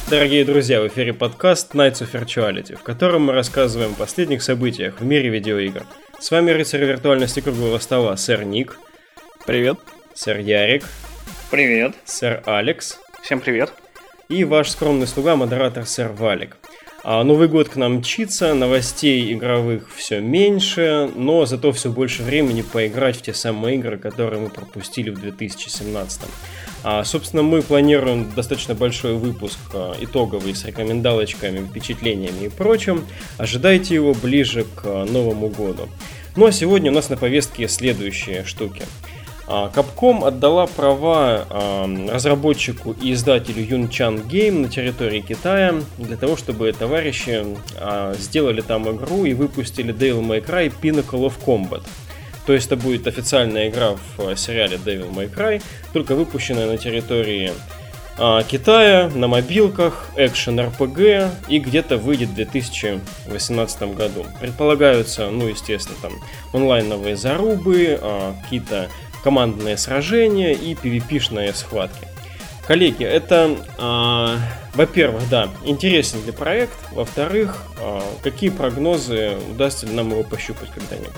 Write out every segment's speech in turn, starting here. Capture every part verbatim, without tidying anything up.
Дорогие друзья, в эфире подкаст Nights of Virtuality, в котором мы рассказываем о последних событиях в мире видеоигр. С вами рыцарь виртуальности круглого стола, сэр Ник. Привет. Сэр Ярик. Привет. Сэр Алекс. Всем привет. И ваш скромный слуга, модератор сэр Валик. А Новый год к нам мчится, новостей игровых все меньше, но зато все больше времени поиграть в те самые игры, которые мы пропустили в две тысячи семнадцатом. А, собственно, мы планируем достаточно большой выпуск а, итоговый с рекомендалочками, впечатлениями и прочим. Ожидайте его ближе к а, Новому году. Ну а сегодня у нас на повестке следующие штуки. Capcom отдала права э, разработчику и издателю Юнчан Game на территории Китая для того, чтобы товарищи э, сделали там игру и выпустили Devil May Cry Pinnacle of Combat. То есть это будет официальная игра в сериале Devil May Cry, только выпущенная на территории э, Китая, на мобилках, экшен-эр пи джи и где-то выйдет в две тысячи восемнадцатом году. Предполагаются, ну естественно, там онлайновые зарубы, э, какие-то командные сражения и пи ви пи-шные схватки. Коллеги, это, э, во-первых, да, интересен ли проект, во-вторых, э, какие прогнозы, удастся ли нам его пощупать когда-нибудь?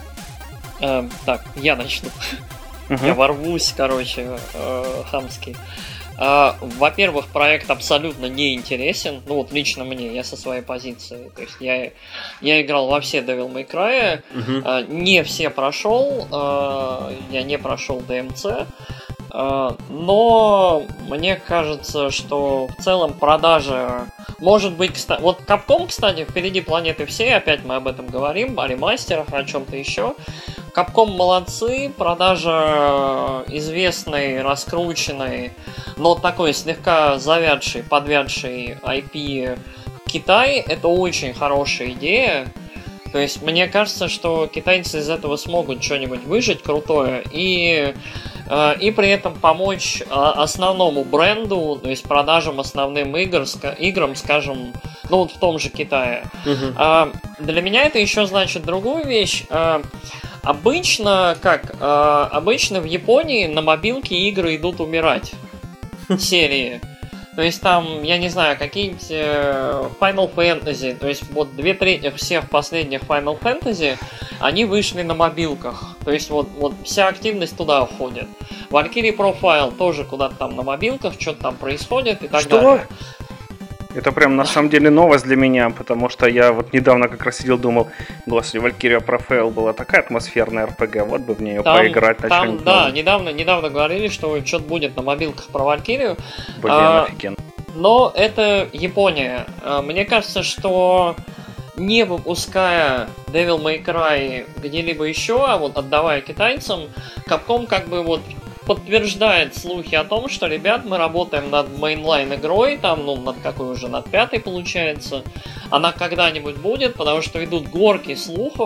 Э, так, я начну. Uh-huh. Я ворвусь, короче, э, хамский. Uh, во-первых, проект абсолютно не интересен. Ну вот лично мне, я со своей позиции. То есть я, я играл во все Devil May Cry, uh-huh. uh, не все прошел, uh, я не прошел ди эм си, uh, но мне кажется, что в целом продажи, может быть, кстати, вот Capcom, кстати, впереди планеты всей, опять мы об этом говорим, о ремастерах, о чем-то еще. Capcom молодцы, продажа известной, раскрученной, но такой слегка завядший, подвядший ай пи в Китай, это очень хорошая идея. То есть мне кажется, что китайцы из этого смогут что-нибудь выжить крутое и, э, и при этом помочь основному бренду, то есть продажам основным игр, играм, скажем, ну вот в том же Китае. Uh-huh. А, для меня это еще значит другую вещь. А, обычно, как, а, обычно в Японии на мобилке игры идут умирать. Серии. То есть там, я не знаю, какие-нибудь э, Final Fantasy, то есть вот две трети всех последних Final Fantasy, они вышли на мобилках. То есть вот, вот вся активность туда уходит. Valkyrie Profile тоже куда-то там на мобилках, что-то там происходит и так Что? далее. Это прям на самом деле новость для меня, потому что я вот недавно как раз сидел, думал, господи, Valkyrie Profile была такая атмосферная эр пи джи, вот бы в нее там, поиграть на там, что-нибудь. Да, недавно, недавно говорили, что что-то будет на мобилках про Valkyrie. Блин, а, офигенно. Но это Япония. Мне кажется, что не выпуская Devil May Cry где-либо еще, а вот отдавая китайцам, Capcom как бы вот подтверждает слухи о том, что, ребят, мы работаем над мейнлайн игрой, там, ну, над какой уже, над пятой получается. Она когда-нибудь будет, потому что идут горки слухов.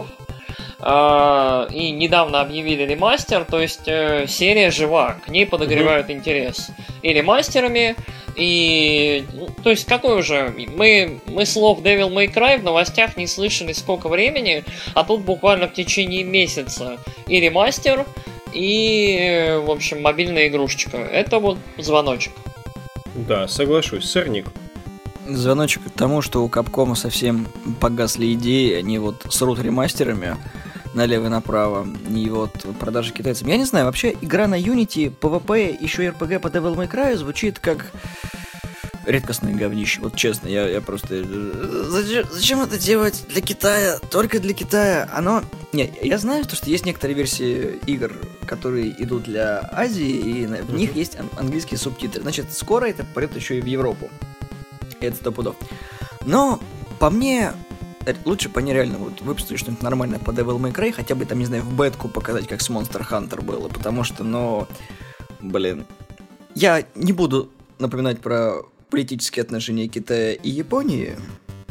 Э- и недавно объявили ремастер, то есть э- серия жива, к ней подогревают mm-hmm. интерес. И ремастерами, и... Ну, то есть какой уже... Мы, мы слов Devil May Cry в новостях не слышали сколько времени, а тут буквально в течение месяца и ремастер, и, в общем, мобильная игрушечка. Это вот звоночек. Да, соглашусь. Сэр Ник. Звоночек к тому, что у Capcom совсем погасли идеи, они вот срут ремастерами налево и направо, и вот продажи китайцам. Я не знаю, вообще игра на Unity, пи ви пи, еще эр пи джи по Devil May Cry звучит как редкостное говнище, вот честно, я, я просто... Зачем, зачем это делать для Китая? Только для Китая? Оно... Не, я знаю, что есть некоторые версии игр, которые идут для Азии, и в mm-hmm. них есть английские субтитры. Значит, скоро это пойдет еще и в Европу. Это сто пудов. Но, по мне, лучше по ней реально вот выпустить что-нибудь нормальное по Devil May Cry, хотя бы там, не знаю, в бетку показать, как с Monster Hunter было, потому что, ну... Блин... Я не буду напоминать про политические отношения Китая и Японии.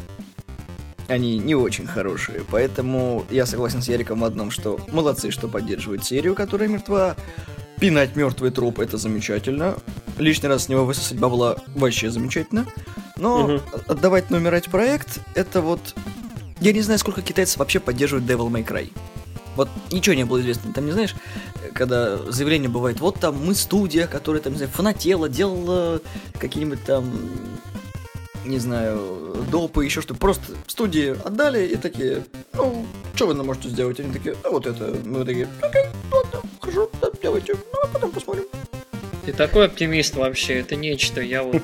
Они не очень хорошие, поэтому я согласен с Яриком в одном, что молодцы, что поддерживают серию, которая мертва. Пинать мертвый труп — это замечательно. Лишний раз с него высосать бабла вообще замечательно. Но угу. отдавать на умирать проект — это вот... Я не знаю, сколько китайцев вообще поддерживают Devil May Cry. Вот ничего не было известно. Там, не знаешь, когда заявление бывает, вот там мы студия, которая там, не знаю, фанатела, делала какие-нибудь там не знаю, допы, еще что-то. Просто студии отдали и такие, ну, что вы нам можете сделать? Они такие, а вот это. Мы такие, окей, ладно, хорошо, да, делайте, ну, а потом посмотрим. Ты такой оптимист вообще, это нечто, я вот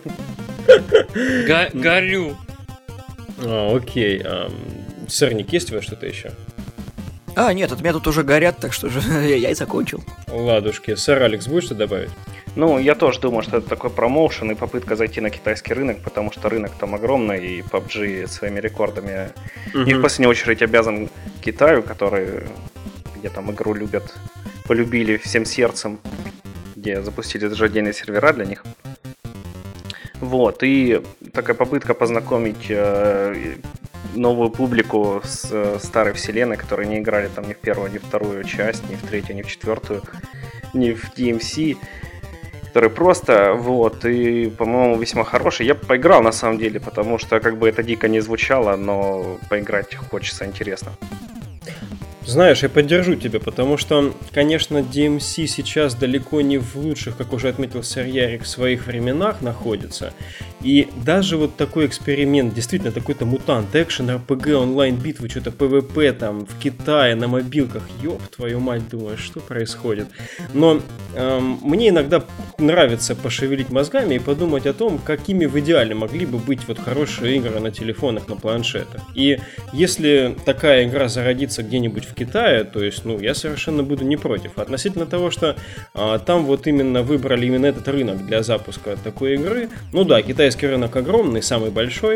горю. А, окей, сырник, есть у вас что-то еще? А, нет, от меня тут уже горят, так что же я и закончил. Ладушки, сэр Алекс, будешь что добавить? Ну, я тоже думаю, что это такой промоушен и попытка зайти на китайский рынок, потому что рынок там огромный, и пи ю би джи своими рекордами uh-huh. не в последнюю очередь обязан Китаю, который, где там игру любят, полюбили всем сердцем, где запустили даже отдельные сервера для них. Вот, и такая попытка познакомить э, новую публику с э, старой вселенной, которые не играли там ни в первую, ни в вторую часть, ни в третью, ни в четвертую, ни в ди эм си, который просто, вот, и, по-моему, весьма хороший. Я поиграл, на самом деле, потому что, как бы это дико не звучало, но поиграть хочется, интересно. Знаешь, я поддержу тебя, потому что, конечно, ди эм си сейчас далеко не в лучших, как уже отметил сэр Ярик, в своих временах находится. И даже вот такой эксперимент, действительно, такой-то мутант, экшен, эр пи джи, онлайн-битвы, что-то пи ви пи там в Китае на мобилках, ёб твою мать, думаю, что происходит. Но эм, мне иногда нравится пошевелить мозгами и подумать о том, какими в идеале могли бы быть вот хорошие игры на телефонах, на планшетах. И если такая игра зародится где-нибудь в Китае, то есть, ну, я совершенно буду не против. Относительно того, что а, там вот именно выбрали именно этот рынок для запуска такой игры, ну да, китайский рынок огромный, самый большой,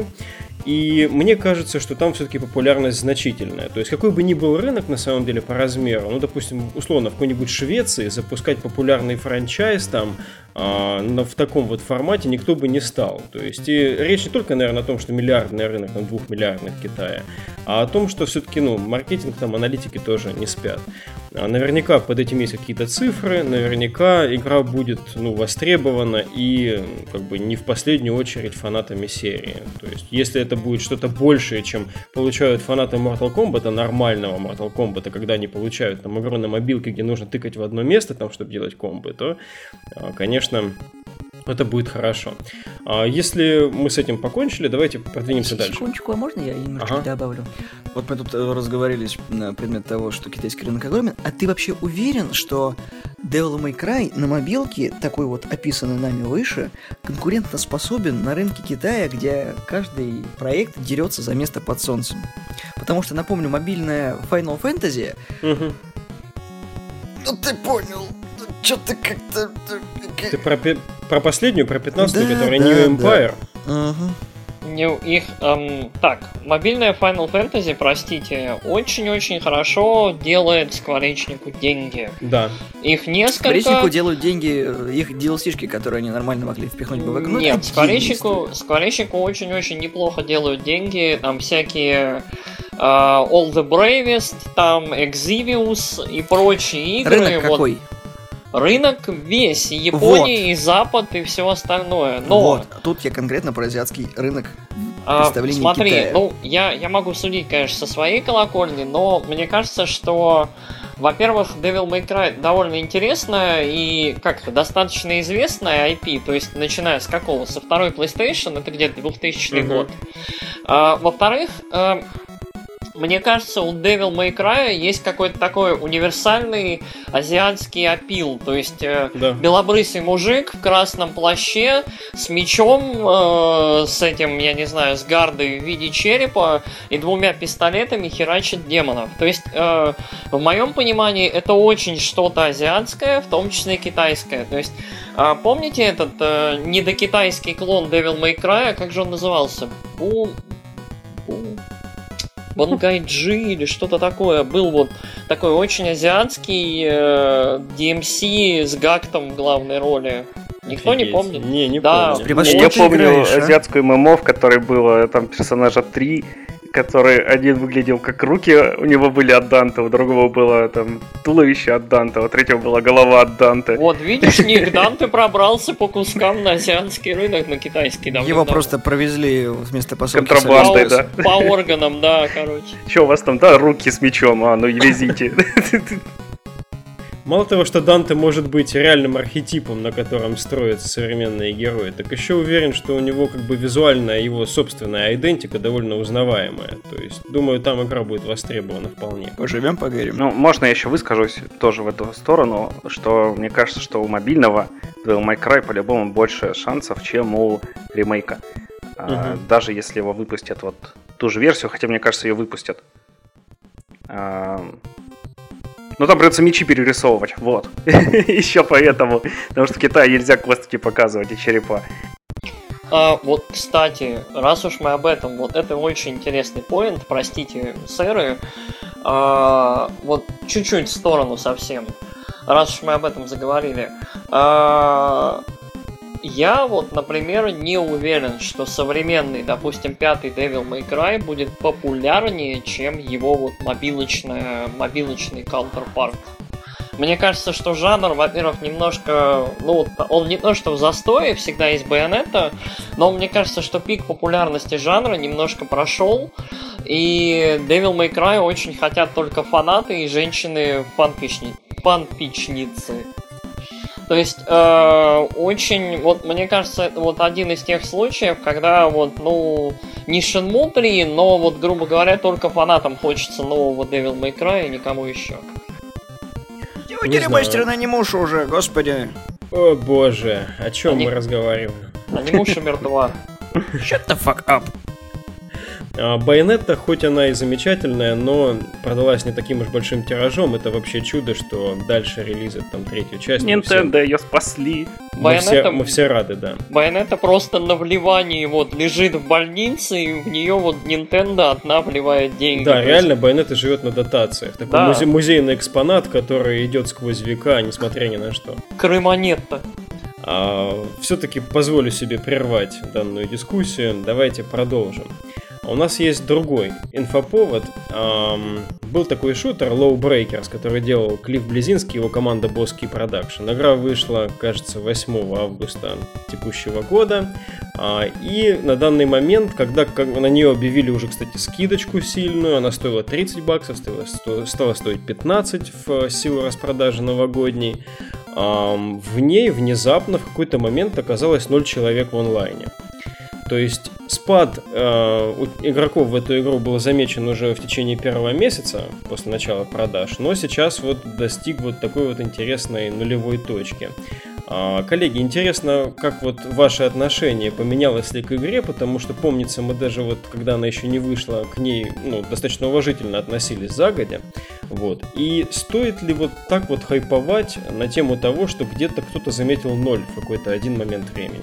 и мне кажется, что там все-таки популярность значительная. То есть, какой бы ни был рынок, на самом деле, по размеру, ну, допустим, условно, в какой-нибудь Швеции запускать популярный франчайз там а, в таком вот формате никто бы не стал. То есть, и речь не только, наверное, о том, что миллиардный рынок, там, двухмиллиардный в Китае, а о том, что все-таки, ну, маркетинг, там, аналитики тоже не спят. А наверняка под этим есть какие-то цифры, наверняка игра будет, ну, востребована и, как бы, не в последнюю очередь фанатами серии. То есть, если это будет что-то большее, чем получают фанаты Mortal Kombat, нормального Mortal Kombat, когда они получают там игру на мобилке, где нужно тыкать в одно место, там, чтобы делать комбо, то, конечно, это будет хорошо. А если мы с этим покончили, давайте продвинемся дальше. Секундочку, а можно я немножко ага. добавлю? Вот мы тут разговорились на предмет того, что китайский рынок огромен. А ты вообще уверен, что Devil May Cry на мобилке, такой вот описанный нами выше, конкурентоспособен на рынке Китая, где каждый проект дерется за место под солнцем? Потому что, напомню, мобильная Final Fantasy... Угу. Ну ты понял, что-то как-то... Ты про, про последнюю, про пятнадцатую, да, которая да, New Empire? Да. Угу. New, их, эм, так, мобильная Final Fantasy, простите, очень-очень хорошо делает Скворечнику деньги. Да. Их несколько... Скворечнику делают деньги, их ди эл си-шки, которые они нормально могли впихнуть бы в игру. Нет, Скворечнику, Скворечнику очень-очень неплохо делают деньги, там всякие... Uh, All the Bravest, там Exvius и прочие игры. Рынок вот, какой? Рынок весь, и Япония, вот. и Запад, и все остальное. Но вот, тут я конкретно про азиатский рынок представления uh, смотри, Китая. ну, я, я могу судить, конечно, со своей колокольни, но мне кажется, что, во-первых, Devil May Cry довольно интересная и как-то достаточно известная ай пи, то есть начиная с какого? Со второй PlayStation, это где-то двухтысячный mm-hmm. год. Uh, во-вторых, uh, мне кажется, у Devil May Cry есть какой-то такой универсальный азиатский аппил. То есть э, да. белобрысый мужик в красном плаще с мечом, э, с этим, я не знаю, с гардой в виде черепа и двумя пистолетами херачит демонов. То есть, э, в моем понимании, это очень что-то азиатское, в том числе китайское. То есть, э, помните этот э, недокитайский клон Devil May Cry, как же он назывался? Бу... Бу... Бангайджи или что-то такое. Был вот такой очень азиатский э, ди эм си с Гактом в главной роли. Никто Офигеть. не помнит? Не, не да. помню. Я помню играешь, азиатскую а? ММО, в которой было там персонажа три, который один выглядел как руки у него были от Данте, у другого было там туловище от Данте, у третьего была голова от Данте. Вот видишь, Ник, Данте пробрался по кускам на азиатский рынок, на китайский. Его давно. Просто провезли вместо посылки. Контрабандой, по, да. По органам, да, короче. Че у вас там, да, руки с мечом, а, ну и везите. Мало того, что Данте может быть реальным архетипом, на котором строятся современные герои, так еще уверен, что у него как бы визуальная его собственная идентика довольно узнаваемая. То есть, думаю, там игра будет востребована вполне. Поживем, поговорим. Ну, можно я еще выскажусь тоже в эту сторону, что мне кажется, что у мобильного Devil May Cry по-любому больше шансов, чем у ремейка. Uh-huh. А, даже если его выпустят вот ту же версию, хотя мне кажется, ее выпустят. А, ну, там придется мечи перерисовывать, вот. Еще поэтому, потому что в Китае нельзя косточки показывать и черепа. А, вот, кстати, раз уж мы об этом, вот это очень интересный поинт, простите, сэры, а, вот чуть-чуть в сторону совсем, раз уж мы об этом заговорили. А, я вот, например, не уверен, что современный, допустим, пятый Devil May Cry будет популярнее, чем его вот мобилочный, мобилочный counterpart. Мне кажется, что жанр, во-первых, немножко, ну, он не то, что в застое, всегда есть Bayonetta, но мне кажется, что пик популярности жанра немножко прошел, и Devil May Cry очень хотят только фанаты и женщины-фанпични... фанпичницы. То есть, э, очень, вот, мне кажется, это вот один из тех случаев, когда вот, ну, не Shenmue три, но вот, грубо говоря, только фанатам хочется нового Devil May Cry и никому еще. Делайте ремастер на Анимушу уже, господи. О боже, о чем Ани... мы разговариваем? Анимуша мертва. Shut the fuck up. Байонетта, хоть она и замечательная, но продалась не таким уж большим тиражом. Это вообще чудо, что дальше релизят там третью часть. Nintendo все... ее спасли. Мы все, мы все рады, да. Байонетта просто на вливании вот лежит в больнице, и в нее вот Nintendo одна вливает деньги. Да, реально Байонетта живет на дотациях. Такой да. музе- музейный экспонат, который идет сквозь века, несмотря ни на что. Крымонетта. А, все-таки позволю себе прервать данную дискуссию. Давайте продолжим. У нас есть другой инфоповод. Эм, был такой шутер Low Breakers, который делал Клифф Близинский, его команда Boss Key Production. Игра вышла, кажется, восьмого августа текущего года. А, и на данный момент, когда как, на нее объявили уже, кстати, скидочку сильную, она стоила тридцать баксов, стала, сто, стала стоить пятнадцать в силу распродажи новогодней. Эм, в ней внезапно в какой-то момент оказалось ноль человек в онлайне. То есть спад э, у игроков в эту игру был замечен уже в течение первого месяца после начала продаж, но сейчас вот достиг вот такой вот интересной нулевой точки. А, коллеги, интересно, как вот ваше отношение поменялось ли к игре, потому что, помнится, мы даже вот, когда она еще не вышла, к ней ну, достаточно уважительно относились загодя. Вот. И стоит ли вот так вот хайповать на тему того, что где-то кто-то заметил ноль в какой-то один момент времени?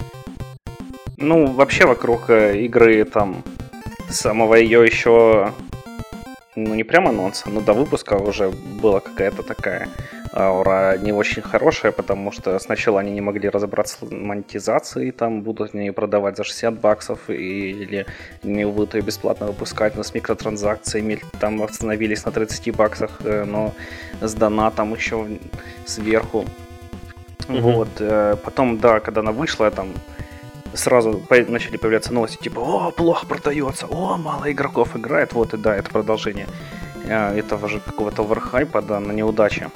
Ну, вообще вокруг игры там самого ее еще, ну не прям анонса, но до выпуска уже была какая-то такая аура не очень хорошая, потому что сначала они не могли разобраться с монетизацией, там будут они ее продавать за шестьдесят баксов или не будут ее бесплатно выпускать, но с микротранзакциями там остановились на тридцати баксах, но с донатом еще сверху. Mm-hmm. Вот, потом, да, когда она вышла, там сразу начали появляться новости, типа, о, плохо продается, о, мало игроков играет, вот и да, это продолжение этого же какого-то оверхайпа, да, на неудаче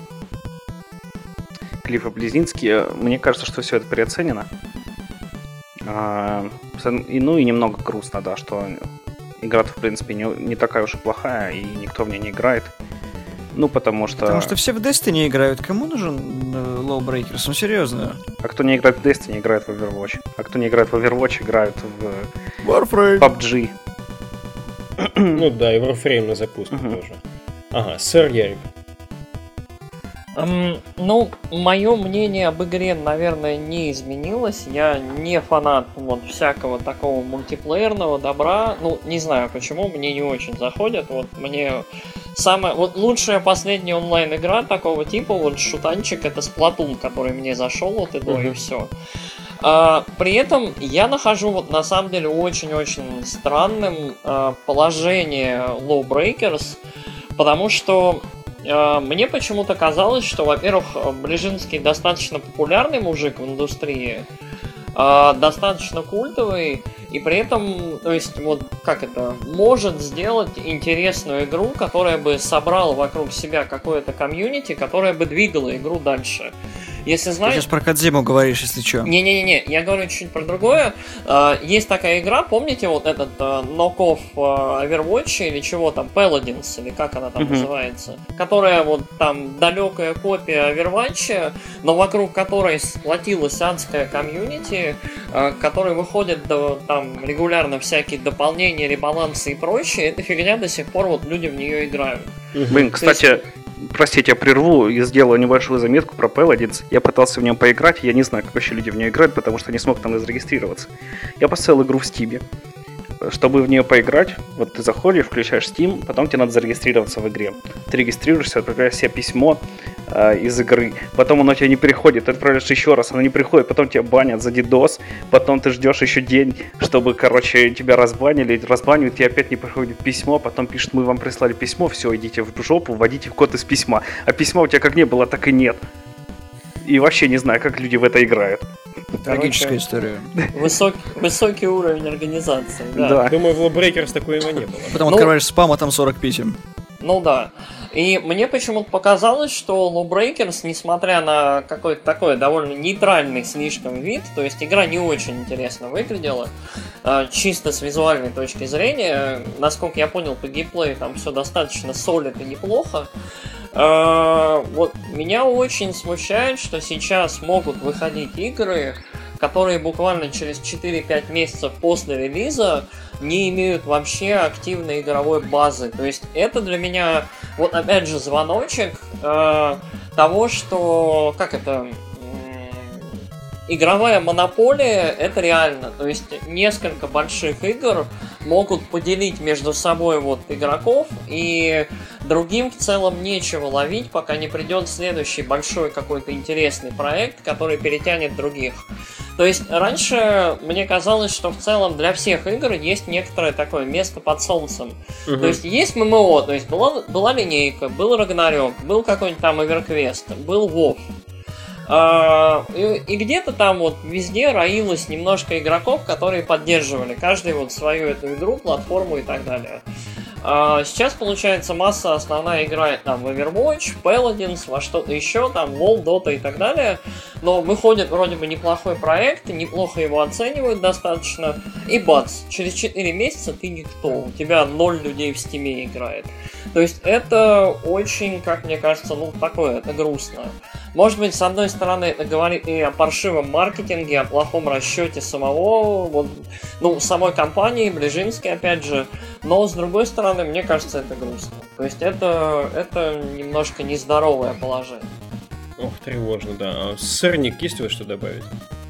Клиффа Близинский. Мне кажется, что все это переоценено. И, ну и немного грустно, да, что игра-то, в принципе, не, не такая уж и плохая, и никто в ней не играет. Ну, потому что... Потому что все в Destiny играют. Кому нужен Low Breakers? Ну, серьезно. А кто не играет в Destiny, играет в Overwatch. А кто не играет в Overwatch, играет в Warframe. пабг. Ну да, и Warframe на запуске uh-huh. тоже. Ага, сэр Ярик. Um, ну, мое мнение об игре, наверное, не изменилось. Я не фанат вот всякого такого мультиплеерного добра. Ну, не знаю почему, мне не очень заходит. Вот мне самая... Вот лучшая последняя онлайн-игра такого типа, вот шутанчик, это Splatoon, который мне зашел от и до, uh-huh. и все. А, при этом я нахожу вот на самом деле очень-очень странным а, положение Low Breakers, потому что мне почему-то казалось, что, во-первых, Ближинский достаточно популярный мужик в индустрии, э, достаточно культовый, и при этом, то есть, вот как это, может сделать интересную игру, которая бы собрала вокруг себя какое-то комьюнити, которая бы двигала игру дальше. Если знаешь... Ты сейчас про Кодзиму говоришь, если что. Не-не-не, я говорю чуть-чуть про другое. Есть такая игра, помните, вот этот knock-off Overwatch или чего там, Paladins, или как она там mm-hmm. называется, которая вот там далекая копия Overwatch, но вокруг которой сплотилась адская комьюнити, который выходит до, там регулярно всякие дополнения, ребалансы и прочее. Эта фигня до сих пор вот люди в нее играют. Блин, кстати... есть... Простите, я прерву и сделаю небольшую заметку про Paladins. Я пытался в нем поиграть, я не знаю, как вообще люди в нее играют, потому что не смог там зарегистрироваться. Я поставил игру в Steam. Чтобы в нее поиграть, вот ты заходишь, включаешь Steam, потом тебе надо зарегистрироваться в игре. Ты регистрируешься, отправляешь себе письмо э, из игры, потом оно тебе не приходит, ты отправляешь еще раз, оно не приходит, потом тебя банят за дидос, потом ты ждешь еще день, чтобы, короче, тебя разбанили, разбанивают, тебе опять не приходит письмо, потом пишут, мы вам прислали письмо, все, идите в жопу, вводите код из письма. А письма у тебя как не было, так и нет. И вообще не знаю, как люди в это играют. Трагическая история. Высок, высокий уровень организации, да. да. Думаю, в Lawbreakers такого не было. Потом ну, открываешь спам, а там сорок писем. Ну да. И мне почему-то показалось, что Lawbreakers, несмотря на какой-то такой довольно нейтральный слишком вид, то есть игра не очень интересно выглядела, чисто с визуальной точки зрения, насколько я понял, по геймплею там все достаточно солид и неплохо. Uh, вот меня очень смущает, что сейчас могут выходить игры, которые буквально через четыре-пять месяцев после релиза не имеют вообще активной игровой базы. То есть это для меня, вот опять же, звоночек uh, того, что, как это... Игровая монополия — это реально, то есть несколько больших игр могут поделить между собой вот игроков, и другим в целом нечего ловить, пока не придет следующий большой какой-то интересный проект, который перетянет других. То есть раньше мне казалось, что в целом для всех игр есть некоторое такое место под солнцем. Uh-huh. То есть есть ММО, то есть была, была линейка, был Рагнарёк, был какой-нибудь там Эверквест, был WoW. Uh, и, и где-то там вот везде роилось немножко игроков, которые поддерживали каждый вот свою эту игру, платформу и так далее. Uh, сейчас, получается, масса основная играет там в Overwatch, Paladins, во что-то еще, там WoW, Dota и так далее. Но выходит вроде бы неплохой проект, неплохо его оценивают достаточно. И бац, через четыре месяца ты никто, у тебя ноль людей в Стиме играет. То есть это очень, как мне кажется, ну такое, это грустно. Может быть, с одной стороны, это говорит и о паршивом маркетинге, о плохом расчете самого, вот, ну, самой компании, Ближинской, опять же, но с другой стороны, мне кажется, это грустно. То есть это, это немножко нездоровое положение. Ох, тревожно, да. А Сырник, есть у вас что добавить?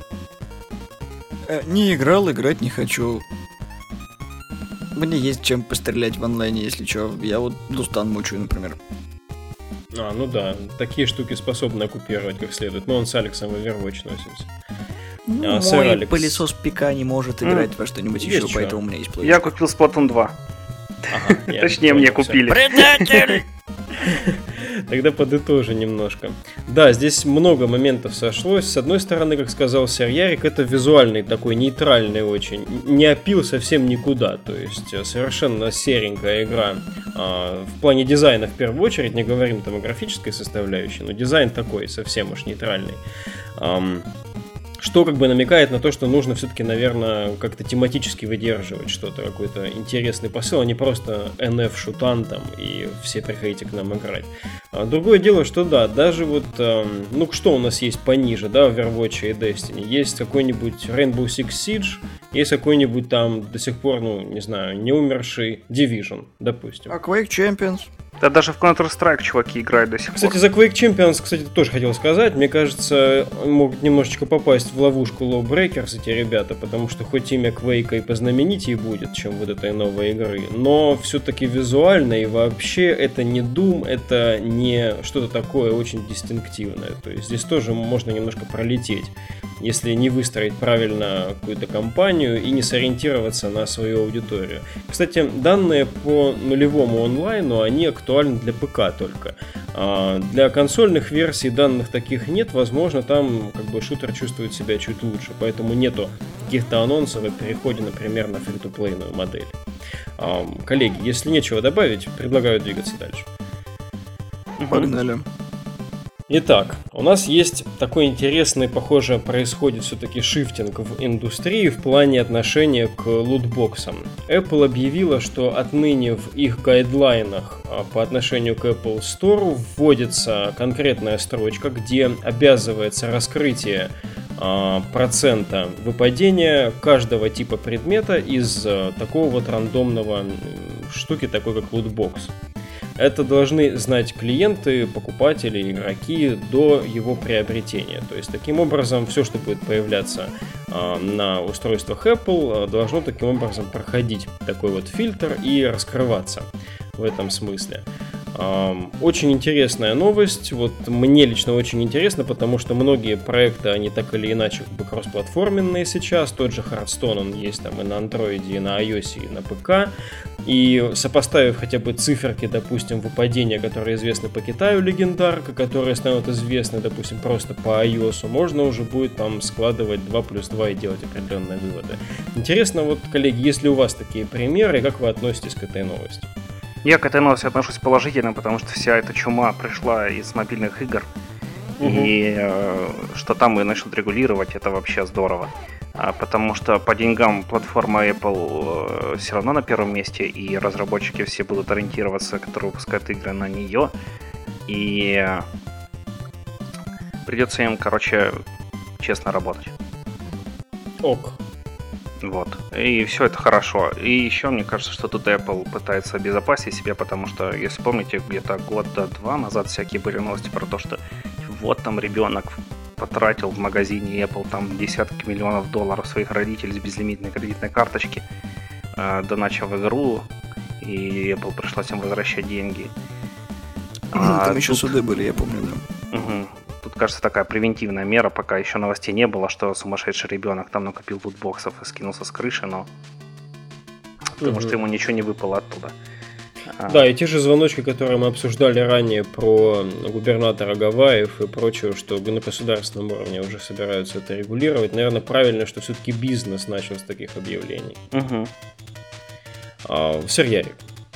Э, не играл, играть не хочу. Мне есть чем пострелять в онлайне, если что. Я вот Дустан мучаю, например. А, ну да, такие штуки способны оккупировать как следует. Мы он с Алексом в Overwatch носимся. Ну, а, мой Алекс... пылесос ПК не может играть mm. во что-нибудь есть еще, что? Поэтому у меня есть плейер. Я купил Splatoon два. Ага, точнее, мне купили. Предатель! Тогда подытожу немножко. Да, здесь много моментов сошлось. С одной стороны, как сказал Серьярик, это визуальный такой, нейтральный очень. Не опил совсем никуда. То есть совершенно серенькая игра. А, в плане дизайна в первую очередь, не говорим там о графической составляющей, но дизайн такой, совсем уж нейтральный. Ам... Что как бы намекает на то, что нужно все-таки, наверное, как-то тематически выдерживать что-то, какой-то интересный посыл, а не просто эн эф-шутан там и все приходите к нам играть. А другое дело, что да, даже вот, э, ну что у нас есть пониже, да, в Overwatch и Destiny, есть какой-нибудь Rainbow Six Siege, есть какой-нибудь там до сих пор, ну, не знаю, не умерший Division, допустим. А Quake Champions? Да даже в Counter-Strike чуваки играют до сих кстати, пор. Кстати, за Quake Champions, кстати, тоже хотел сказать. Мне кажется, могут немножечко попасть в ловушку Lawbreakers эти ребята, потому что хоть имя Quake и познаменитее будет, чем вот этой новой игры, но все-таки визуально и вообще это не Doom, это не что-то такое очень дистинктивное. То есть здесь тоже можно немножко пролететь, если не выстроить правильно какую-то кампанию и не сориентироваться на свою аудиторию. Кстати, данные по нулевому онлайну, они актуальны актуален для ПК только. Для консольных версий данных таких нет, возможно, там как бы шутер чувствует себя чуть лучше, поэтому нету каких-то анонсов о переходе, например, на фри-то-плейную модель. Коллеги, если нечего добавить, предлагаю двигаться дальше. Погнали. Итак, у нас есть такой интересный, похоже, происходит все-таки шифтинг в индустрии в плане отношения к лутбоксам. Apple объявила, что отныне в их гайдлайнах по отношению к Apple Store вводится конкретная строчка, где обязывается раскрытие а, процента выпадения каждого типа предмета из а, такого вот рандомного штуки, такой как лутбокс. Это должны знать клиенты, покупатели, игроки до его приобретения. То есть, таким образом, все, что будет появляться э, на устройствах Apple, э, должно таким образом проходить такой вот фильтр и раскрываться в этом смысле. Э, очень интересная новость. Вот мне лично очень интересно, потому что многие проекты, они так или иначе как бы кроссплатформенные сейчас. Тот же Hearthstone, он есть там и на Android, и на iOS, и на ПК. И сопоставив хотя бы циферки, допустим, выпадения, которые известны по Китаю, легендарка, которые станут известны, допустим, просто по iOS, можно уже будет там складывать два плюс два и делать определенные выводы. Интересно, вот, коллеги, есть ли у вас такие примеры, и как вы относитесь к этой новости? Я к этой новости отношусь положительно, потому что вся эта чума пришла из мобильных игр, угу. и э, что там и начнут регулировать, это вообще здорово. Потому что по деньгам платформа Apple все равно на первом месте, и разработчики все будут ориентироваться, которые выпускают игры, на нее. И придется им, короче, честно работать. Ок. Вот. И все это хорошо. И еще мне кажется, что тут Apple пытается обезопасить себя, потому что, если помните, где-то года два назад всякие были новости про то, что вот там ребенок потратил в магазине Apple там десятки миллионов долларов своих родителей с безлимитной кредитной карточки, э, доначив игру, и Apple пришлось им возвращать деньги. А там еще тут... суды были, я помню, да. Угу. Тут, кажется, такая превентивная мера, пока еще новостей не было, что сумасшедший ребенок там накопил лутбоксов и скинулся с крыши, но потому угу. что ему ничего не выпало оттуда. Да, и те же звоночки, которые мы обсуждали ранее про губернатора Гавайев и прочее, что на государственном уровне уже собираются это регулировать. Наверное, правильно, что все-таки бизнес начал с таких объявлений. Угу. А, Сергей.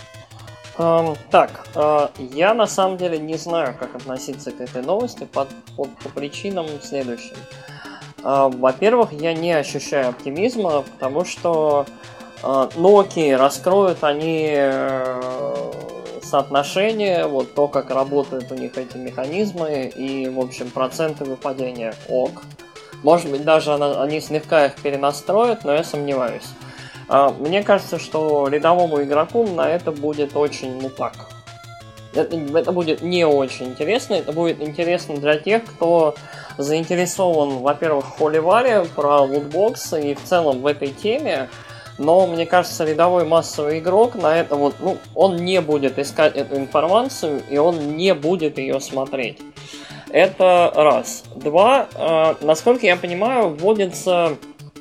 Um, так, uh, я на самом деле не знаю, как относиться к этой новости по, по, по причинам следующим. Uh, во-первых, я не ощущаю оптимизма, потому что ну окей, раскроют они соотношение, вот то, как работают у них эти механизмы и, в общем, проценты выпадения. Ок. Может быть, даже они слегка их перенастроят, но я сомневаюсь. Мне кажется, что рядовому игроку на это будет очень, ну так, это, это будет не очень интересно. Это будет интересно для тех, кто заинтересован, во-первых, в холиваре про лутбоксы и в целом в этой теме. Но, мне кажется, рядовой массовый игрок на это вот, ну, он не будет искать эту информацию, и он не будет ее смотреть. Это раз. Два, э, насколько я понимаю, вводится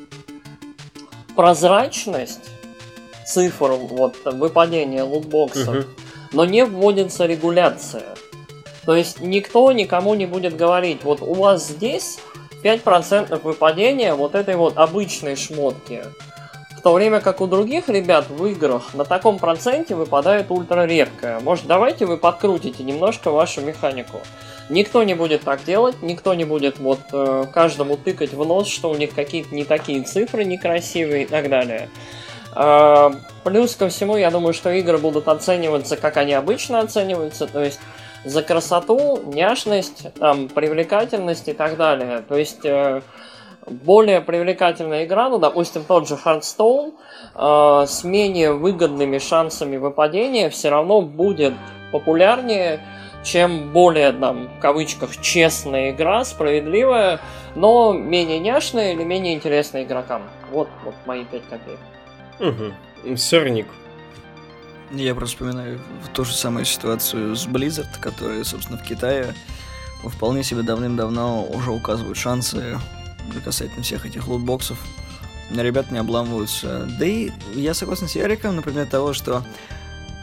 прозрачность цифр вот, выпадения лутбоксов, uh-huh. но не вводится регуляция. То есть никто никому не будет говорить, вот у вас здесь пять процентов выпадения вот этой вот обычной шмотки. В то время как у других ребят в играх на таком проценте выпадает ультра редкое. Может, давайте вы подкрутите немножко вашу механику. Никто не будет так делать, никто не будет вот э, каждому тыкать в нос, что у них какие-то не такие цифры некрасивые и так далее. Э, плюс ко всему, я думаю, что игры будут оцениваться, как они обычно оцениваются, то есть за красоту, няшность, там, привлекательность и так далее. То есть... Э, более привлекательная игра, ну, допустим, тот же Hearthstone, э, с менее выгодными шансами выпадения все равно будет популярнее, чем более, там, в кавычках, честная игра, справедливая, но менее няшная или менее интересная игрокам. Вот, вот мои пять копеек. Угу. Сырник. Я просто вспоминаю ту же самую ситуацию с Blizzard, которые, собственно, в Китае вполне себе давным-давно уже указывают шансы касательно всех этих лутбоксов. Ребята не обламываются. Да и я согласен с Яриком, например, того, что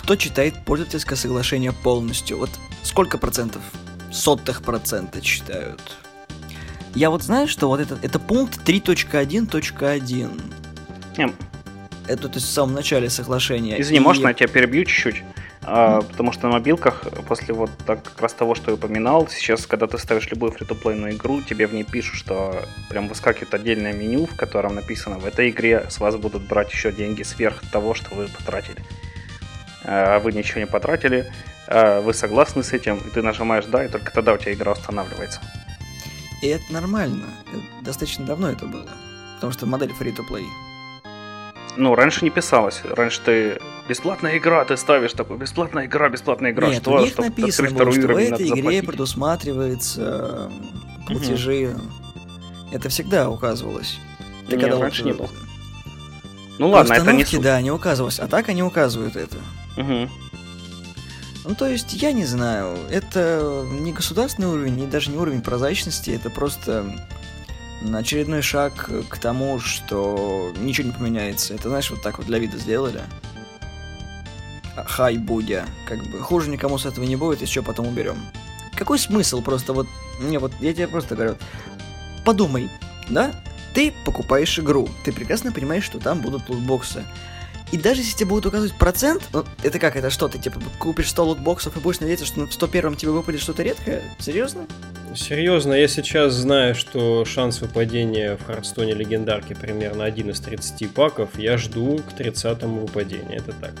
кто читает пользовательское соглашение полностью? Вот сколько процентов? Сотых процента читают. Я вот знаю, что вот это, это пункт три точка один точка один. Mm. Это то есть в самом начале соглашения. Извини, и... можно я тебя перебью чуть-чуть? А, потому что на мобилках, после вот так, как раз того, что я упоминал, сейчас, когда ты ставишь любую фри-то-плейную игру, тебе в ней пишут, что прям выскакивает отдельное меню, в котором написано: в этой игре с вас будут брать еще деньги сверх того, что вы потратили. А вы ничего не потратили, а вы согласны с этим, и ты нажимаешь «да», и только тогда у тебя игра устанавливается. И это нормально. Достаточно давно это было. Потому что модель free-to-play. Ну, раньше не писалось. Раньше ты бесплатная игра, ты ставишь такой бесплатная игра, бесплатная игра. Нет, что, у них написано было, что в этой игре заплатить. Предусматривается платежи. Угу. Это всегда указывалось. Ты Нет, раньше вот... не было. Ну ладно, это не суть. Да, не указывалось. А так они указывают это. Угу. Ну, то есть, я не знаю, это не государственный уровень, и даже не уровень прозрачности, это просто очередной шаг к тому, что ничего не поменяется. Это, знаешь, вот так вот для вида сделали. Хай, будя. Как бы хуже никому с этого не будет, и что потом уберем. Какой смысл просто вот... Не, вот я тебе просто говорю. Подумай, да? Ты покупаешь игру, ты прекрасно понимаешь, что там будут лутбоксы. И даже если тебе будут указывать процент, ну, это как, это что, ты типа купишь сто лутбоксов и будешь надеяться, что в сто первом тебе выпадет что-то редкое? Серьезно? Серьезно, я сейчас знаю, что шанс выпадения в Хардстоне легендарки примерно один из тридцати паков, я жду к тридцатому выпадения, это так.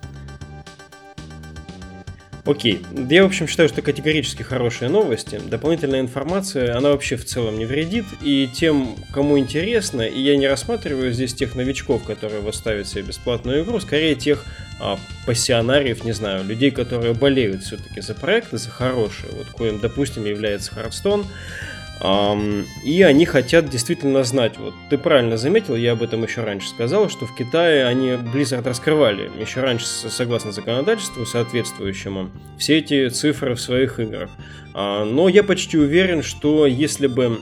Окей, я, в общем, считаю, что категорически хорошие новости. Дополнительная информация, она вообще в целом не вредит. И тем, кому интересно, и я не рассматриваю здесь тех новичков, которые вот ставят себе бесплатную игру, скорее тех а, пассионариев, не знаю, людей, которые болеют все-таки за проекты, за хорошие, вот коим, допустим, является Hearthstone. Um, и они хотят действительно знать. Вот ты правильно заметил, я об этом еще раньше сказал, что в Китае они Blizzard раскрывали еще раньше, согласно законодательству соответствующему, все эти цифры в своих играх. uh, Но я почти уверен, что если бы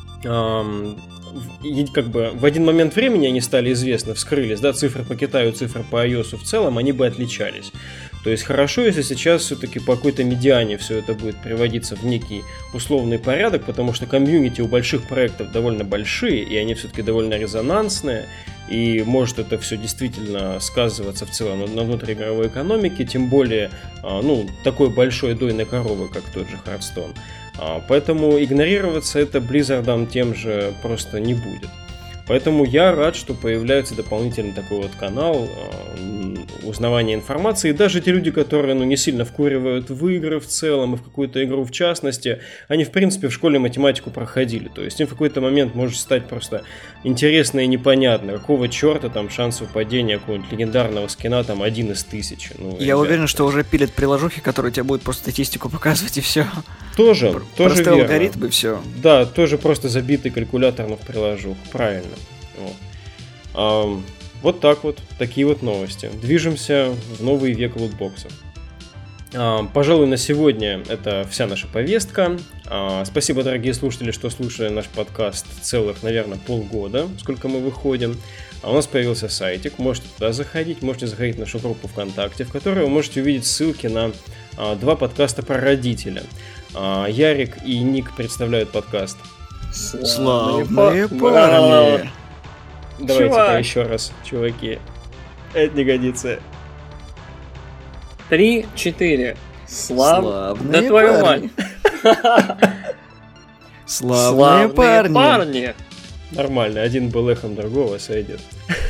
um, в, как бы в один момент времени они стали известны, вскрылись, да, цифры по Китаю, цифры по iOS в целом, они бы отличались. То есть хорошо, если сейчас все-таки по какой-то медиане все это будет приводиться в некий условный порядок, потому что комьюнити у больших проектов довольно большие, и они все-таки довольно резонансные, и может это все действительно сказываться в целом на внутриигровой экономике, тем более, ну, такой большой дойной коровы, как тот же Hearthstone. Поэтому игнорироваться это Blizzard'ом тем же просто не будет. Поэтому я рад, что появляется дополнительный такой вот канал э, узнавания информации. И даже те люди, которые ну, не сильно вкуривают в игры в целом и в какую-то игру в частности, они в принципе в школе математику проходили. То есть им в какой-то момент может стать просто интересно и непонятно, какого черта там шанс выпадения какого-нибудь легендарного скина там один из тысячи. Ну, я ребят, уверен, что уже пилят приложухи, которые тебе будут просто статистику показывать и все. Тоже, Про- тоже Просто верно. алгоритмы и все. Да, тоже просто забитый калькулятор в приложух. Правильно. Вот. А, вот так вот, такие вот новости. Движемся в новый век лутбоксов. А, пожалуй, на сегодня это вся наша повестка. А, спасибо, дорогие слушатели, что слушали наш подкаст целых, наверное, полгода, сколько мы выходим. А у нас появился сайтик, можете туда заходить, можете заходить в нашу группу ВКонтакте, в которой вы можете увидеть ссылки на а, два подкаста про родителя. А, Ярик и Ник представляют подкаст «Славные парни». Давайте-ка еще раз, чуваки. Это не годится. Три, четыре. Слав... Славные да твою мать. Славные парни. парни. Нормально, один был эхом другого, сойдет.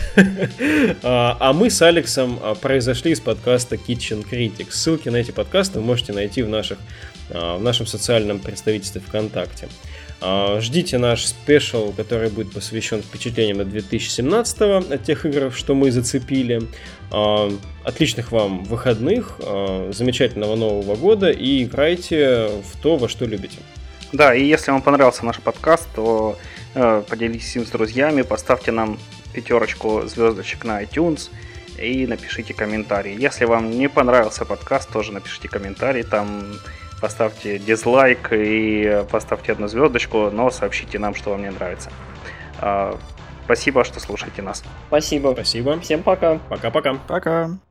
А мы с Алексом произошли из подкаста Kitchen Critics. Ссылки на эти подкасты вы можете найти в, наших, в нашем социальном представительстве ВКонтакте. Ждите наш спешл, который будет посвящен впечатлениям от две тысячи семнадцатого, от тех игр, что мы зацепили. Отличных вам выходных, замечательного Нового года и играйте в то, во что любите. Да, и если вам понравился наш подкаст, то э, поделитесь им с друзьями, поставьте нам пятерочку звездочек на iTunes и напишите комментарий. Если вам не понравился подкаст, тоже напишите комментарий, там поставьте дизлайк и поставьте одну звездочку, но сообщите нам, что вам не нравится. Э, спасибо, что слушаете нас. Спасибо. Спасибо. Всем пока. Пока-пока. Пока.